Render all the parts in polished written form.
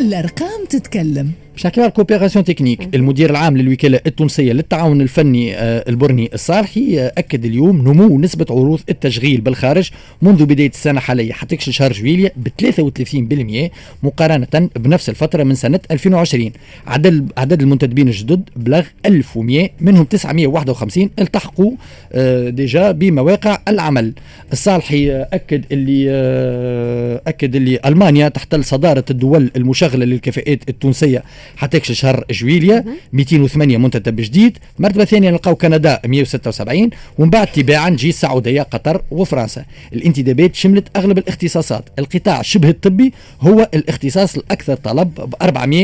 الأرقام تتكلم. باش نحكيو على الكوبيراسيون تكنيك. المدير العام للوكالة التونسية للتعاون الفني البرني الصالحي أكد اليوم نمو نسبة عروض التشغيل بالخارج منذ بداية السنة الحالية حتى شهر جويلية ب 33% مقارنة بنفس الفترة من سنة 2020. عدد المنتدبين الجدد بلغ 1100، منهم 951 التحقوا ديجا بمواقع العمل. الصالحي أكد اللي ألمانيا تحتل صدارة الدول المشغلة للكفاءات التونسية حتى شهر جويلية 208 منتدب جديد. مرتبة ثانية نلقاو كندا 176، ومن بعد تباعا تجي السعودية قطر وفرنسا. الانتدابات شملت أغلب الاختصاصات. القطاع شبه الطبي هو الاختصاص الأكثر طلب ب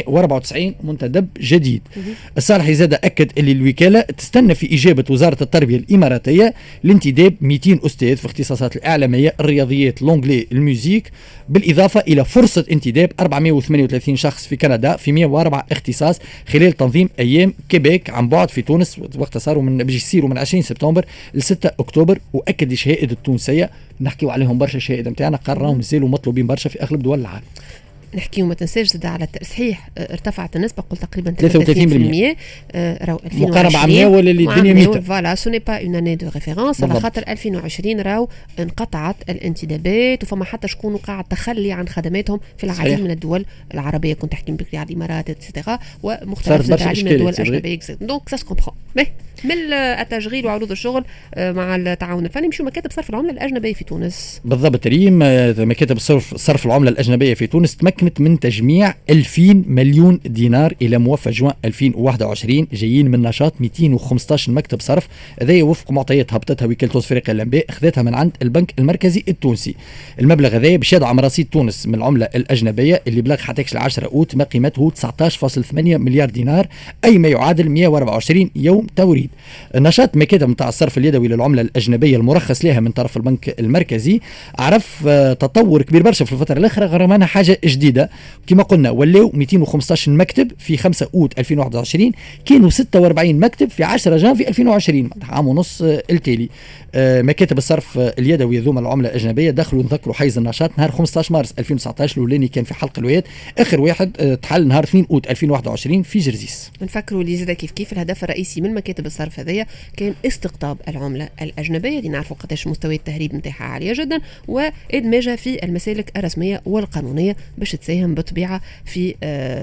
494 منتدب جديد. الصالحي زاد أكد أن الوكالة تستنى في إجابة وزارة التربية الإماراتية لانتداب 200 أستاذ في اختصاصات الإعلامية، الرياضيات، لونجلي، الموسيقى، بالإضافة إلى فرصة انتداب 438 شخص في كندا في 104 اختصاص خلال تنظيم أيام كيبيك عن بعد في تونس، وقت صاروا بيجي يصيروا من 20 سبتمبر ل 6 أكتوبر. وأكد الشهائد التونسية نحكيو عليهم برشا، الشهائد نتاعنا قرروا مازالوا مطلوبين برشا في أغلب دول العالم. نحكيو ما تنساش زاد على التصحيح، ارتفعت النسبة قلت تقريبا 33% راهو 2020 مقاربة عامية ولا اللي الدنيا ميتة. فوالا سو ني با اون اني دو ريفيرونس، على خاطر 2020 راهو انقطعت الانتدابات وفما حتى شكون قاعد تخلي عن خدماتهم في العديد من الدول العربية. كنت تحكي بكري على الإمارات اتسيتيرا ومختلف العديد من الدول الأجنبية. دونك سا سكومبخون من التشغيل وعروض الشغل مع التعاون الفني مشوا مكاتب صرف العملة الأجنبية في تونس. بالضبط ريم، مكاتب صرف العملة الأجنبية في تونس تمكنت من تجميع 2000 مليون دينار إلى موفى جوان 2021 جايين من نشاط 215 مكتب صرف. هذا وفق معطيات هبطتها وكالة افريقيا الانباء اخذتها من عند البنك المركزي التونسي. المبلغ هذا باش يدعم رصيد تونس من العملة الأجنبية اللي بلغ حتى 10 أوت ما قيمته 19.8 مليار دينار، أي ما يعادل 124 يوم توريد. نشاط مكاتب نتاع الصرف اليدوي للعملة الأجنبية المرخص لها من طرف البنك المركزي عرف تطور كبير برشا في الفترة الأخيرة، غير حاجة جديدة كما قلنا. ولاو 215 مكتب في 5 أوت 2021، كانوا 46 مكتب في 10 جانفي 2020، عام ونص التالي. مكاتب الصرف اليدوي ذوما العملة الأجنبية دخلوا نذكروا حيز النشاط نهار 15 مارس 2019، الأولاني كان في حلق الواد، آخر واحد تحل نهار 2 أوت 2021 في جرزيس. نفكروا اللي زاد كيف الهدف الرئيسي من مكاتب الصرف هذيا كان استقطاب العملة الأجنبية اللي نعرفوا قداش مستوى التهريب نتاعها عالية جدا، وإدماجها في المسالك الرسمية والقانونية باش تساهم بطبيعة في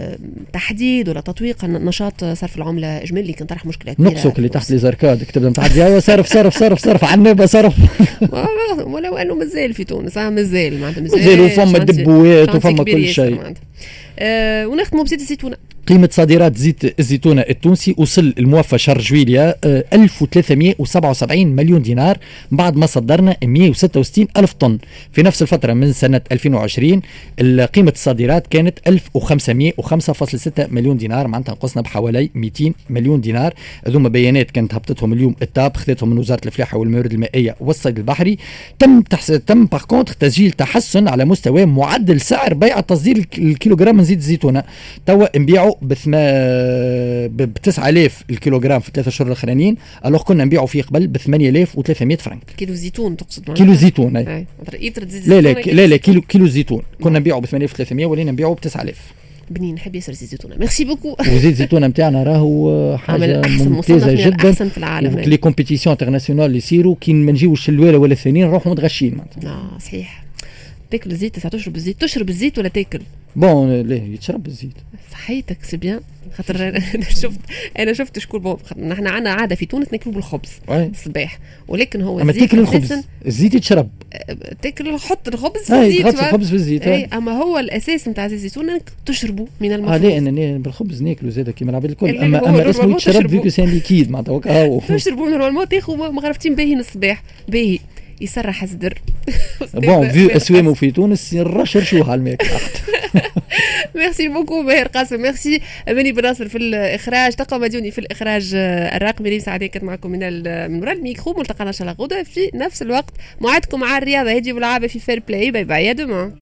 تحديد ولا تطويق نشاط صرف العملة الإجمالي اللي كان طرح مشكلة كبيرة. نقصك اللي تحت ليزاركاد كتب نتاع يا صرف عنابة صرف ولو أنه مازال في تونس مازال وفما الدبوات وفما كل شيء. ونختموا بزيت الزيتونة. قيمة صادرات زيت الزيتونة التونسي وصل الموفى شهر جويلية 1377 مليون دينار بعد ما صدرنا 166 ألف طن. في نفس الفترة من سنة 2020 قيمة الصادرات كانت 1505.6 مليون دينار، معناتها نقصنا بحوالي 200 مليون دينار. هذوما بيانات كانت هبطتهم اليوم التاب، خذتهم من وزارة الفلاحة والموارد المائية والصيد البحري. تم باغ كونتر تسجيل تحسن على مستوى معدل سعر بيع تصدير الكيلوغرام من زيت الزيتونة. توا نبيعوا ب 9000 الكيلوغرام في 3 شهور الاخرانيين، الوغ كنا نبيعوا فيه قبل ب 8300 فرنك. كيلو زيتون تقصد؟ كيلو زيتون لا كيلو زيتون كنا نبيعوا ب 8300 ولينا نبيعوا ب 9000. بنين نحب ياسر زيت زيتونه. ميرسي بوكو. وزيت الزيتونه نتاعنا راهو حاجه ممتازه جدا احسن في العالم. لي كومبيتيسيون انترناسيونال اللي يصيروا كي ما نجيوش الاولى ولا الثانيين نروحوا متغشين معناتها. صحيح. تاكل الزيت ساعه تشرب الزيت ولا تاكل؟ بون ليه يتشرب الزيت صحيتك سي بيان. خاطر انا شفت شكون نحن عندنا عاده في تونس ناكلوا بالخبز الصباح، ولكن هو اما تاكل الخبز الزيت يتشرب، تاكل حط الخبز في الزيت، تحط الخبز في الزيت. اما هو الاساس نتاع زيت الزيتون انك تشربه من المفروض. لا انا بالخبز ناكله زاد كيما العباد الكل، اما اسمه يتشرب فيكو سان ليكيد معناتها هكا تشربوا نورمالمون، تاخذوا مغرفتين باهيين الصباح باهي يسرح الصدر. بون فيو اسوامو في تونس رشرشوها الماك. ميرسي بوكو ماهر قاسم، ميرسي مني بناصر في الاخراج، تقوى مديوني في الاخراج الرقمي. ريم سعدي كانت معكم من وراء الميكرو. ملتقانا ان شاء الله غدا في نفس الوقت. موعدكم مع الرياضه هيجي ولعابه في فير بلاي. باي باي، يا دوما.